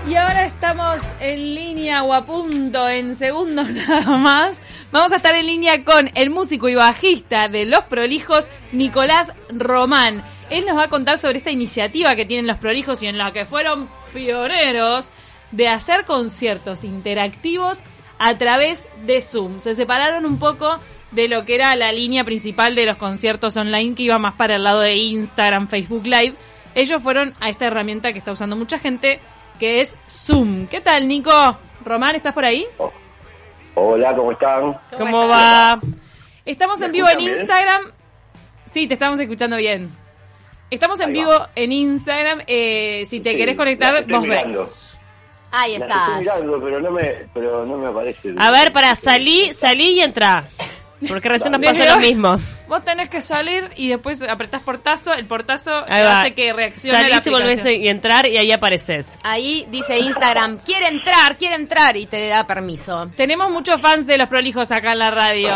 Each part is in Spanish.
Y ahora estamos en línea o a punto, en segundos nada más. Vamos a estar en línea con el músico y bajista de Los Prolijos, Nicolás Román. Él nos va a contar sobre esta iniciativa que tienen Los Prolijos y en la que fueron pioneros de hacer conciertos interactivos a través de Zoom. Se separaron un poco de lo que era la línea principal de los conciertos online, que iba más para el lado de Instagram, Facebook Live. Ellos fueron a esta herramienta que está usando mucha gente, que es Zoom. ¿Qué tal, Nico? Román, ¿estás por ahí? Oh. Hola, ¿cómo están? ¿Cómo va? Estamos en vivo en bien? Instagram. Sí, te estamos escuchando bien. Estamos en vivo en Instagram. Si te querés conectar, vos ves. Ahí estás. Estoy mirando, pero no me aparece. A ver, salí y entra. Porque recién nos pasó lo mismo. Vos tenés que salir y después apretás portazo. El portazo Ahí va. hace que reaccione la Salís y volvés aplicación. y entrar y ahí apareces. Ahí dice Instagram, quiere entrar y te da permiso. Tenemos muchos fans de Los Prolijos acá en la radio.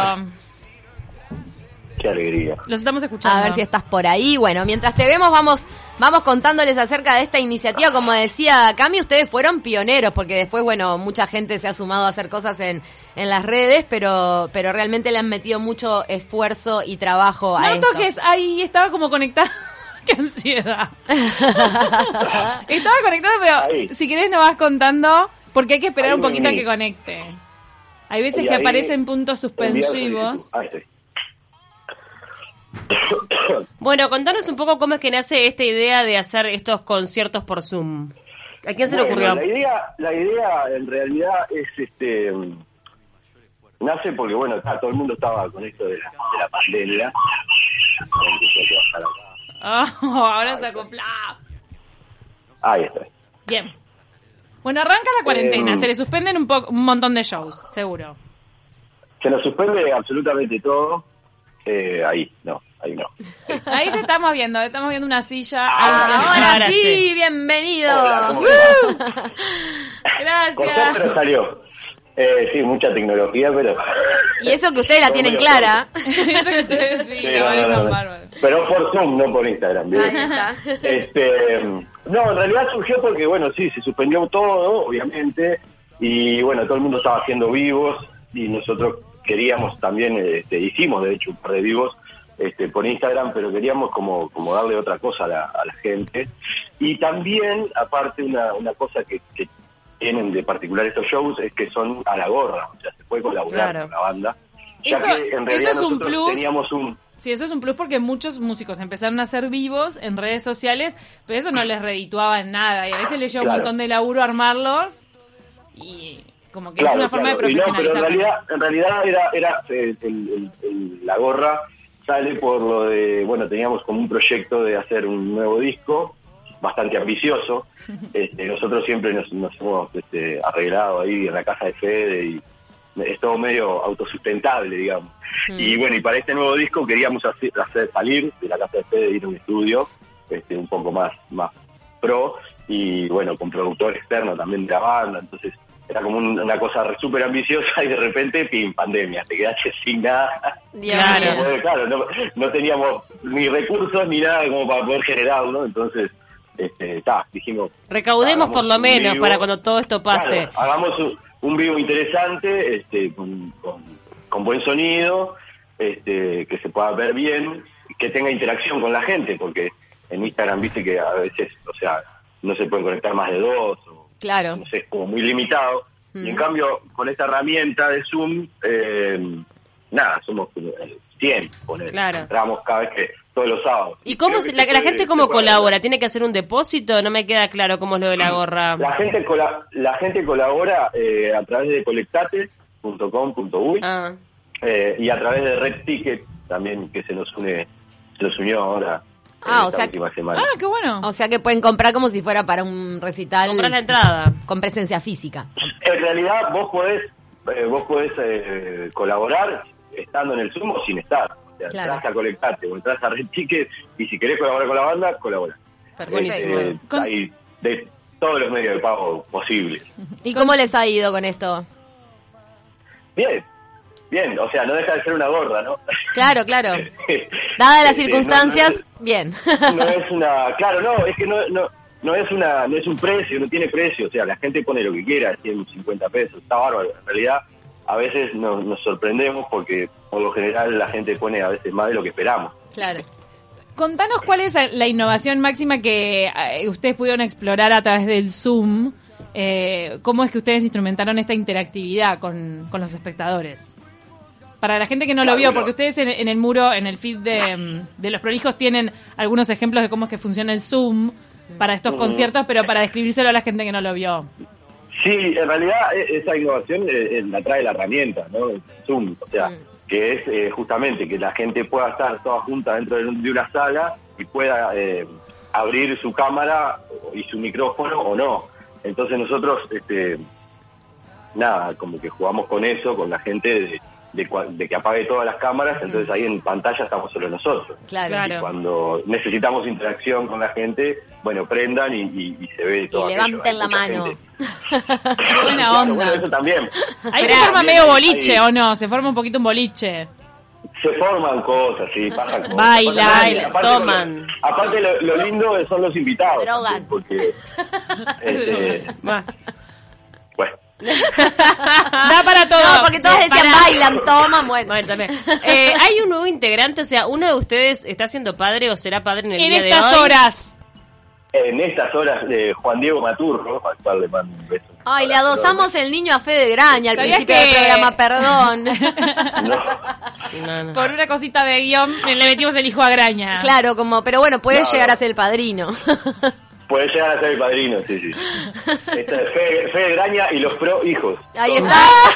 Qué alegría. Los estamos escuchando. A ver si estás por ahí. Bueno, mientras te vemos vamos contándoles acerca de esta iniciativa. Como decía Cami, ustedes fueron pioneros, porque después, bueno, mucha gente se ha sumado a hacer cosas en las redes, pero realmente le han metido mucho esfuerzo y trabajo a No esto. toques, ahí estaba como conectada. Qué ansiedad. Estaba conectada, pero Ahí. si querés nos vas contando, porque hay que esperar Ahí un poquito a vení. que conecte. Hay veces Y que ahí aparecen puntos Enviar suspensivos. solicitud. Ahí estoy. Bueno, contanos un poco cómo es que nace esta idea de hacer estos conciertos por Zoom. ¿A quién se le ocurrió? La idea en realidad es nace porque todo el mundo estaba con esto de la pandemia. Ahora se acopla. Ahí está. Bien. Bueno, arranca la cuarentena. Se le suspenden un montón de shows, seguro. Se nos suspende absolutamente todo. Ahí no. Ahí te estamos viendo una silla. Ahora sí, sí. bienvenido. Hola, ¿cómo estás? Cortó, Gracias. pero salió. Sí, mucha tecnología, pero... Y eso que ustedes la tienen clara. Eso que ustedes sí, Sí, lo manejan no. bárbaro. Pero por Zoom, no por Instagram. ¿bien? Ahí está. No, en realidad surgió porque, se suspendió todo, obviamente, y todo el mundo estaba haciendo vivos, y nosotros queríamos también, hicimos de hecho un par de vivos por Instagram, pero queríamos como darle otra cosa a la gente. Y también, aparte, una cosa que tienen de particular estos shows es que son a la gorra, o sea, se puede colaborar Claro. con la banda. Eso- Ya que en realidad eso es un nosotros plus. teníamos un... Sí, eso es un plus porque muchos músicos empezaron a hacer vivos en redes sociales, pero eso no les redituaba en nada y a veces les lleva un Claro. montón de laburo armarlos y como que es una forma de Y no, profesionalizar. pero en realidad era la gorra sale por lo de, teníamos como un proyecto de hacer un nuevo disco bastante ambicioso. Nosotros siempre nos hemos arreglado ahí en la casa de Fede y es todo medio autosustentable, digamos. Y para este nuevo disco queríamos hacer salir de la casa de Fede, ir a un estudio un poco más pro y con productor externo también de la banda. Entonces era como una cosa súper ambiciosa y de repente, ¡pim!, pandemia, te quedaste sin nada. Dios Claro. mío. Claro, no teníamos ni recursos ni nada como para poder generarlo, entonces dijimos... Recaudemos hagamos por lo un menos vivo. para cuando todo esto pase. Claro, hagamos un vivo interesante, con buen sonido, que se pueda ver bien, que tenga interacción con la gente, porque en Instagram viste que a veces, no se pueden conectar más de dos, o Claro. no sé, es como muy limitado. Y en cambio, con esta herramienta de Zoom, somos 100, ponele. Claro. Entramos cada vez todos los sábados. ¿Y cómo Creo que la se gente puede- cómo se puede- colabora? ¿Tiene que hacer un depósito? No me queda claro cómo es lo de la gorra. La gente colabora a través de colectate.com.uy Ah. y a través de Red Ticket también, que se nos unió ahora Ah, o esta sea última semana. Ah, qué bueno. O sea que pueden comprar como si fuera para un recital Comprás la entrada. con presencia física. En realidad vos podés colaborar estando en el Zoom o sin estar. O sea, Claro. entras a Colectate o entras a Red Ticket y si querés colaborar con la banda, colabora. Buenísimo. Hay de todos los medios de pago posibles. ¿Y cómo les ha ido con esto? Bien, o sea, no deja de ser una gorra, ¿no? Claro. Dadas las No, circunstancias, bien. no es una... Claro, no, es que no no es un precio, no tiene precio, o sea, la gente pone lo que quiera, 150 pesos, está bárbaro. En realidad, a veces nos sorprendemos porque por lo general la gente pone a veces más de lo que esperamos. Claro. Contanos cuál es la innovación máxima que ustedes pudieron explorar a través del Zoom. ¿Cómo es que ustedes instrumentaron esta interactividad con los espectadores? Para la gente que no lo vio, porque ustedes en el muro, en el feed de Los Prolijos, tienen algunos ejemplos de cómo es que funciona el Zoom para estos conciertos, pero para describírselo a la gente que no lo vio. Sí, en realidad esa innovación la trae la herramienta, ¿no? El Zoom, o sea, que es justamente que la gente pueda estar toda junta dentro de una sala y pueda abrir su cámara y su micrófono o no. Entonces nosotros, como que jugamos con eso, con la gente de que apague todas las cámaras, entonces ahí en pantalla estamos solo nosotros. Claro. Y cuando necesitamos interacción con la gente, bueno, prendan y se ve todo. Y levanten la mano. Qué buena onda. Bueno, eso también. Ahí se forma medio boliche, ¿o no? Se forma un poquito un boliche. Se forman cosas, sí, pasan cosas. Bailan, aparte, toman. Aparte lo lindo son los invitados. Drogan. Porque, bueno. Da para todo. No, porque todos decían bailan, toman, bueno. También. Hay un nuevo integrante, o sea, ¿uno de ustedes está siendo padre o será padre en el día de hoy? En estas horas. En estas horas, Juan Diego Maturro, al cual le mando un beso. Ay, le adosamos el niño a Fede Graña al principio del programa, perdón. No. Por una cosita de guión le metimos el hijo a Graña. Claro, pero bueno, puede llegar a ser el padrino. Puede llegar a ser el padrino, sí. Esta es Fede Graña y los hijos. Ahí está.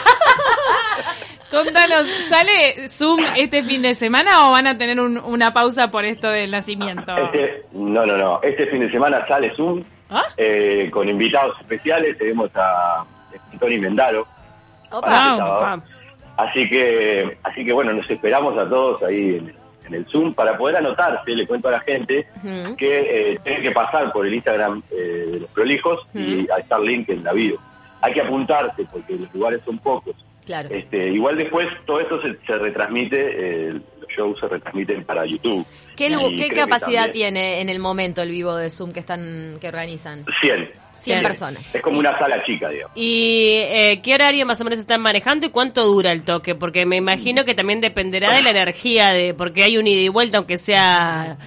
Contanos, ¿sale Zoom este fin de semana o van a tener una pausa por esto del nacimiento? No. Este fin de semana sale Zoom con invitados especiales. Tenemos a Tony Mendaro. Opa. Así que bueno, nos esperamos a todos ahí en el Zoom para poder anotarse. Le cuento a la gente que tienen que pasar por el Instagram de Los Prolijos y ahí está el link en la bio. Hay que apuntarse porque los lugares son pocos. Claro. Igual después todo esto se retransmite, los shows se retransmiten para YouTube. ¿Qué capacidad tiene en el momento el vivo de Zoom que organizan? 100 personas. Es como una sala chica, digamos. ¿Y qué horario más o menos están manejando y cuánto dura el toque? Porque me imagino que también dependerá de la energía, porque hay un ida y vuelta, aunque sea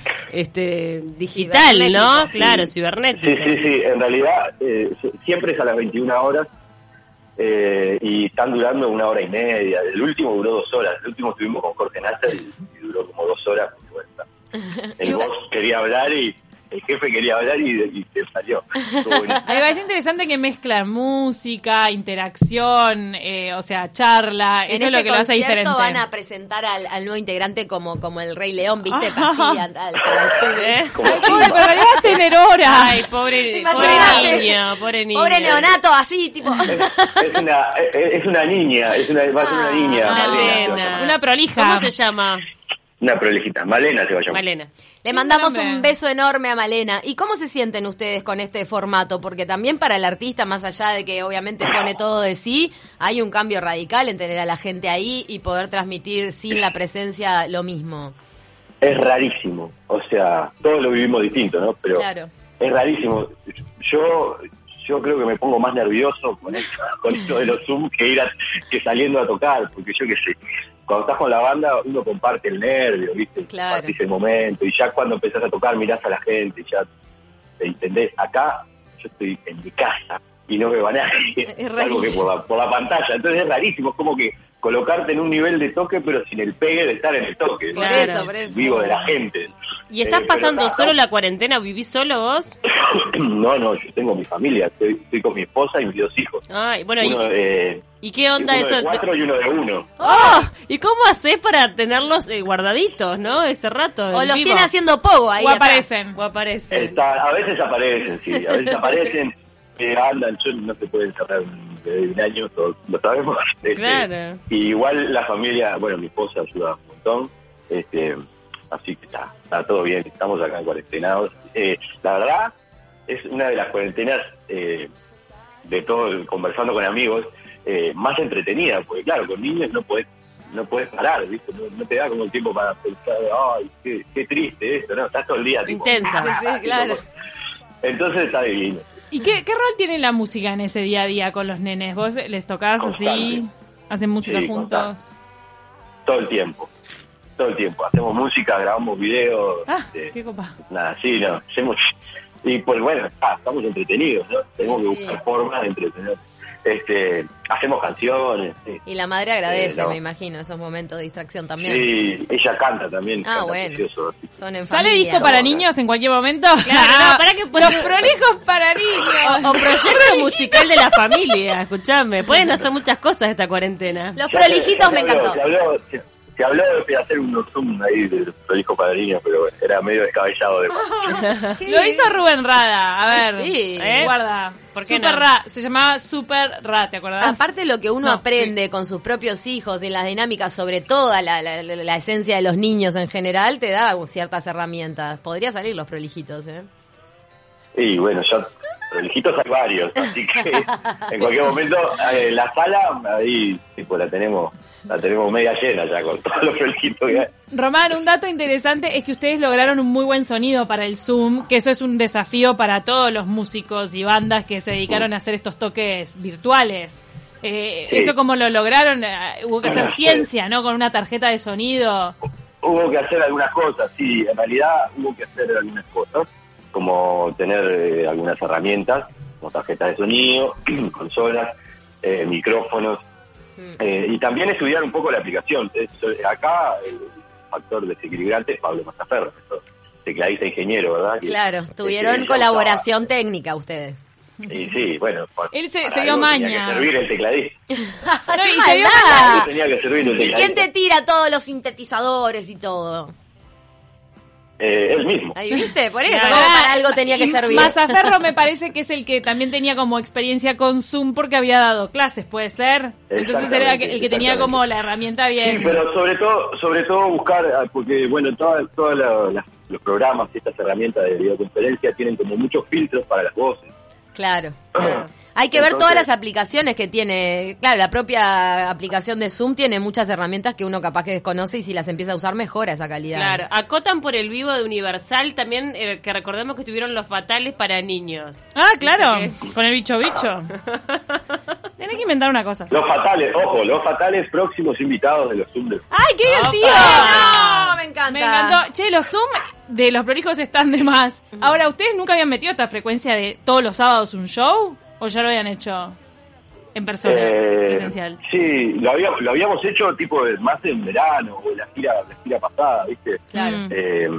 digital, ¿no? Sí. Claro, cibernética. Sí. En realidad siempre es a las 21 horas. Y están durando 1 hora y media. El último duró 2 horas. El último estuvimos con Jorge Nasser y duró como 2 horas. El boss quería hablar y el jefe quería hablar y se salió. Me parece interesante que mezclan música, interacción, charla. Eso es lo que lo hace diferente. Van a presentar al nuevo integrante como el Rey León, ¿viste? Así, al público. Ay, pobre, pero debería tener horas. Ay, pobre niño. Pobre neonato, así, tipo. Es una niña. Va a ser una niña. Malena. Una prolija. ¿Cómo se llama? Una prolijita. Malena se va a llamar. Malena. Le mandamos un beso enorme a Malena. ¿Y cómo se sienten ustedes con este formato? Porque también para el artista, más allá de que obviamente pone todo de sí, hay un cambio radical en tener a la gente ahí y poder transmitir sin la presencia lo mismo. Es rarísimo. O sea, todos lo vivimos distinto, ¿no? Pero claro. Es rarísimo. Yo creo que me pongo más nervioso con esto de los Zoom que saliendo a tocar, porque yo qué sé. Cuando estás con la banda, uno comparte el nervio, ¿viste? Claro. Compartís el momento, y ya cuando empezás a tocar mirás a la gente, y ya te entendés. Acá yo estoy en mi casa y no me va nadie, algo que por la pantalla. Entonces es rarísimo, es como que colocarte en un nivel de toque, pero sin el pegue de estar en el toque. Por ¿no? eso. Vivo de la gente. ¿Y estás pasando solo la cuarentena? ¿Vivís solo vos? No, yo tengo mi familia, estoy con mi esposa y mis 2 hijos. Ay, bueno, uno, ¿y qué onda uno eso? de 4 y uno de 1. ¡Oh! ¿Y cómo haces para tenerlos guardaditos, no? Ese rato. O los tiene haciendo pogo ahí. O aparecen. A veces aparecen, sí. A veces aparecen, andan. Yo no se puede encerrar un bebé de 1 año, todos lo sabemos. Claro. Y igual la familia, bueno, mi esposa ayuda un montón. Así que está todo bien. Estamos acá en cuarentenados. La verdad, es una de las cuarentenas de todo, conversando con amigos, más entretenida, porque claro, con niños no podés parar, ¿viste? No te da como el tiempo para pensar, ay, qué triste esto, ¿no? Estás todo el día tipo, intensa. Sí, claro. Entonces está divino. ¿Y qué rol tiene la música en ese día a día con los nenes? ¿Vos les tocás Constante. así? ¿Hacen música Sí, juntos? constante. Todo el tiempo. Hacemos música, grabamos videos. Qué copa. Nada, sí, no. Y pues bueno, estamos entretenidos, ¿no? Tenemos que buscar formas de entretener. Hacemos canciones. Sí. Y la madre agradece, no. me imagino, esos momentos de distracción también. Sí, ella canta también. Ah, canta bueno. precioso. Son en ¿Sale familia. disco para niños en cualquier momento? Claro, no, para que Los prolijos para niños. O proyecto musical de la familia, escuchame. Pueden hacer muchas cosas esta cuarentena. Los prolijitos me encantó. Se habló de hacer unos Zoom ahí de prolijo para niños, pero bueno, era medio descabellado de Lo hizo Rubén Rada, a ver. Sí. Guarda. ¿Por qué Super no? Ra, se llamaba Super Ra, ¿te acordás? Aparte lo que uno No, aprende con sus propios hijos en las dinámicas, sobre toda la esencia de los niños en general, te da ciertas herramientas. Podría salir los prolijitos, ¿eh? Y bueno, ya prolijitos hay varios, así que en cualquier momento la sala ahí tipo la tenemos media llena ya con todos los prolijitos que hay. Román, un dato interesante es que ustedes lograron un muy buen sonido para el Zoom, que eso es un desafío para todos los músicos y bandas que se dedicaron a hacer estos toques virtuales. ¿Eso cómo lo lograron? Hubo que hacer ciencia, ¿no? Con una tarjeta de sonido. Hubo que hacer algunas cosas, sí, en realidad hubo que hacer algunas cosas, como tener algunas herramientas, como tarjetas de sonido, consolas, micrófonos, y también estudiar un poco la aplicación. Acá el factor desequilibrante es Pablo Mazaferro, tecladista ingeniero, ¿verdad? Claro, tuvieron colaboración técnica ustedes. Y sí, bueno. Él se para dio algo maña. Tenía que servir el tecladista. No, ¡Qué y se dio maldad! Algo tenía que servir el ¿Y tecladista. quién te tira todos los sintetizadores y todo? Él mismo. Ahí viste, por eso, Claro. como para algo tenía que Y servir. Mazaferro me parece que es el que también tenía como experiencia con Zoom porque había dado clases, ¿puede ser? Entonces era el que tenía como la herramienta bien. Sí, pero sobre todo buscar, porque bueno, todos los programas y estas herramientas de videoconferencia tienen como muchos filtros para las voces. Claro. Hay que ver todas las aplicaciones que tiene. Claro, la propia aplicación de Zoom tiene muchas herramientas que uno capaz que desconoce y si las empieza a usar mejora esa calidad. Claro, acotan por el vivo de Universal también, que recordemos que estuvieron los fatales para niños. Ah, claro, Dice con el bicho. Tenés que inventar una cosa. Los fatales próximos invitados de los Zoom de... ¡Ay, qué divertido! ¡No! Me encanta. Me encantó. Che, los Zoom de los prolijos están de más. Ahora, ¿ustedes nunca habían metido esta frecuencia de todos los sábados un show? ¿O ya lo habían hecho en persona, presencial? Sí, lo habíamos hecho tipo más en verano o la gira pasada, ¿viste? Claro.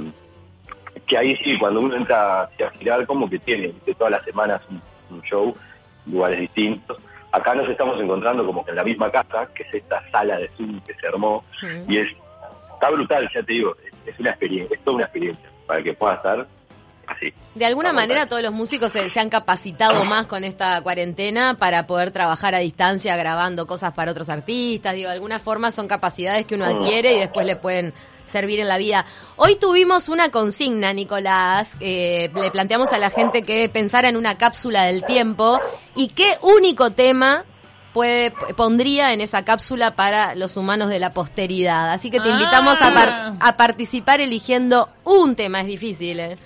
Que ahí sí, cuando uno entra a girar, como que tiene todas las semanas un show, lugares distintos. Acá nos estamos encontrando como que en la misma casa, que es esta sala de Zoom que se armó, y está brutal, ya te digo, es una experiencia, es toda una experiencia para que pueda estar así. De alguna manera todos los músicos se han capacitado más con esta cuarentena para poder trabajar a distancia grabando cosas para otros artistas. Digo, de alguna forma son capacidades que uno adquiere y después le pueden servir en la vida. Hoy tuvimos una consigna, Nicolás, le planteamos a la gente que pensara en una cápsula del tiempo y qué único tema pondría en esa cápsula para los humanos de la posteridad. Así que te invitamos a participar eligiendo un tema. Es difícil, ¿eh?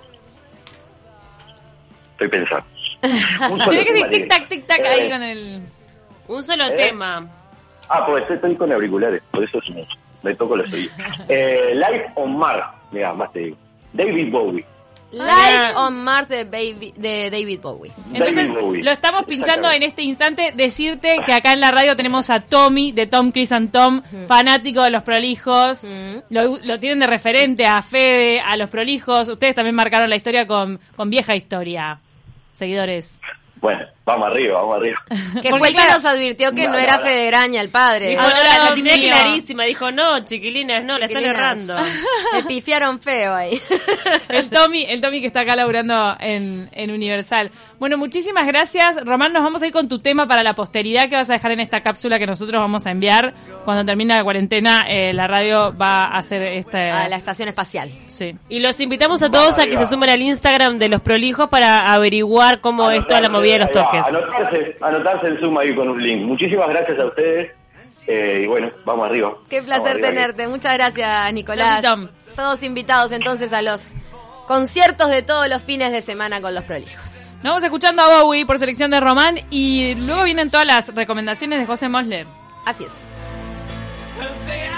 Estoy pensando. Tiene que decir tic-tac, tic-tac ahí con el... Un solo tema. Pues estoy con auriculares, por eso me toco los oídos. Live on Mars, mira, más te digo. David Bowie. Live on Mars de David Bowie. Entonces, David Bowie. lo estamos pinchando en Exactamente. este instante. Decirte que acá en la radio tenemos a Tommy, de Tom, Chris and Tom, fanático de los prolijos. Lo tienen de referente a Fede, a los prolijos. Ustedes también marcaron la historia con vieja historia. Seguidores. Bueno, vamos arriba. Que Porque, fue el que claro, nos advirtió que no era no. Fede Graña, el padre. Dijo, Ah, no, la Dios tenía mío. clarísima. Dijo, no, chiquilines, no, la están Chiquilinas. errando. Le pifiaron feo ahí. El Tommy que está acá laburando en Universal. Bueno, muchísimas gracias. Román, nos vamos a ir con tu tema para la posteridad que vas a dejar en esta cápsula que nosotros vamos a enviar. Cuando termine la cuarentena, la radio va a hacer A la estación espacial. Sí. Y los invitamos a todos a que se sumen al Instagram de los prolijos para averiguar cómo es toda la movida de los toques. Anotarse el Zoom ahí con un link. Muchísimas gracias a ustedes. Y bueno, vamos arriba. Qué placer Vamos arriba. tenerte. Muchas gracias, Nicolás. Chau, Tom. Todos invitados entonces a los conciertos de todos los fines de semana con los prolijos. Nos vamos escuchando a Bowie por selección de Román y luego vienen todas las recomendaciones de José Mosler. Así es.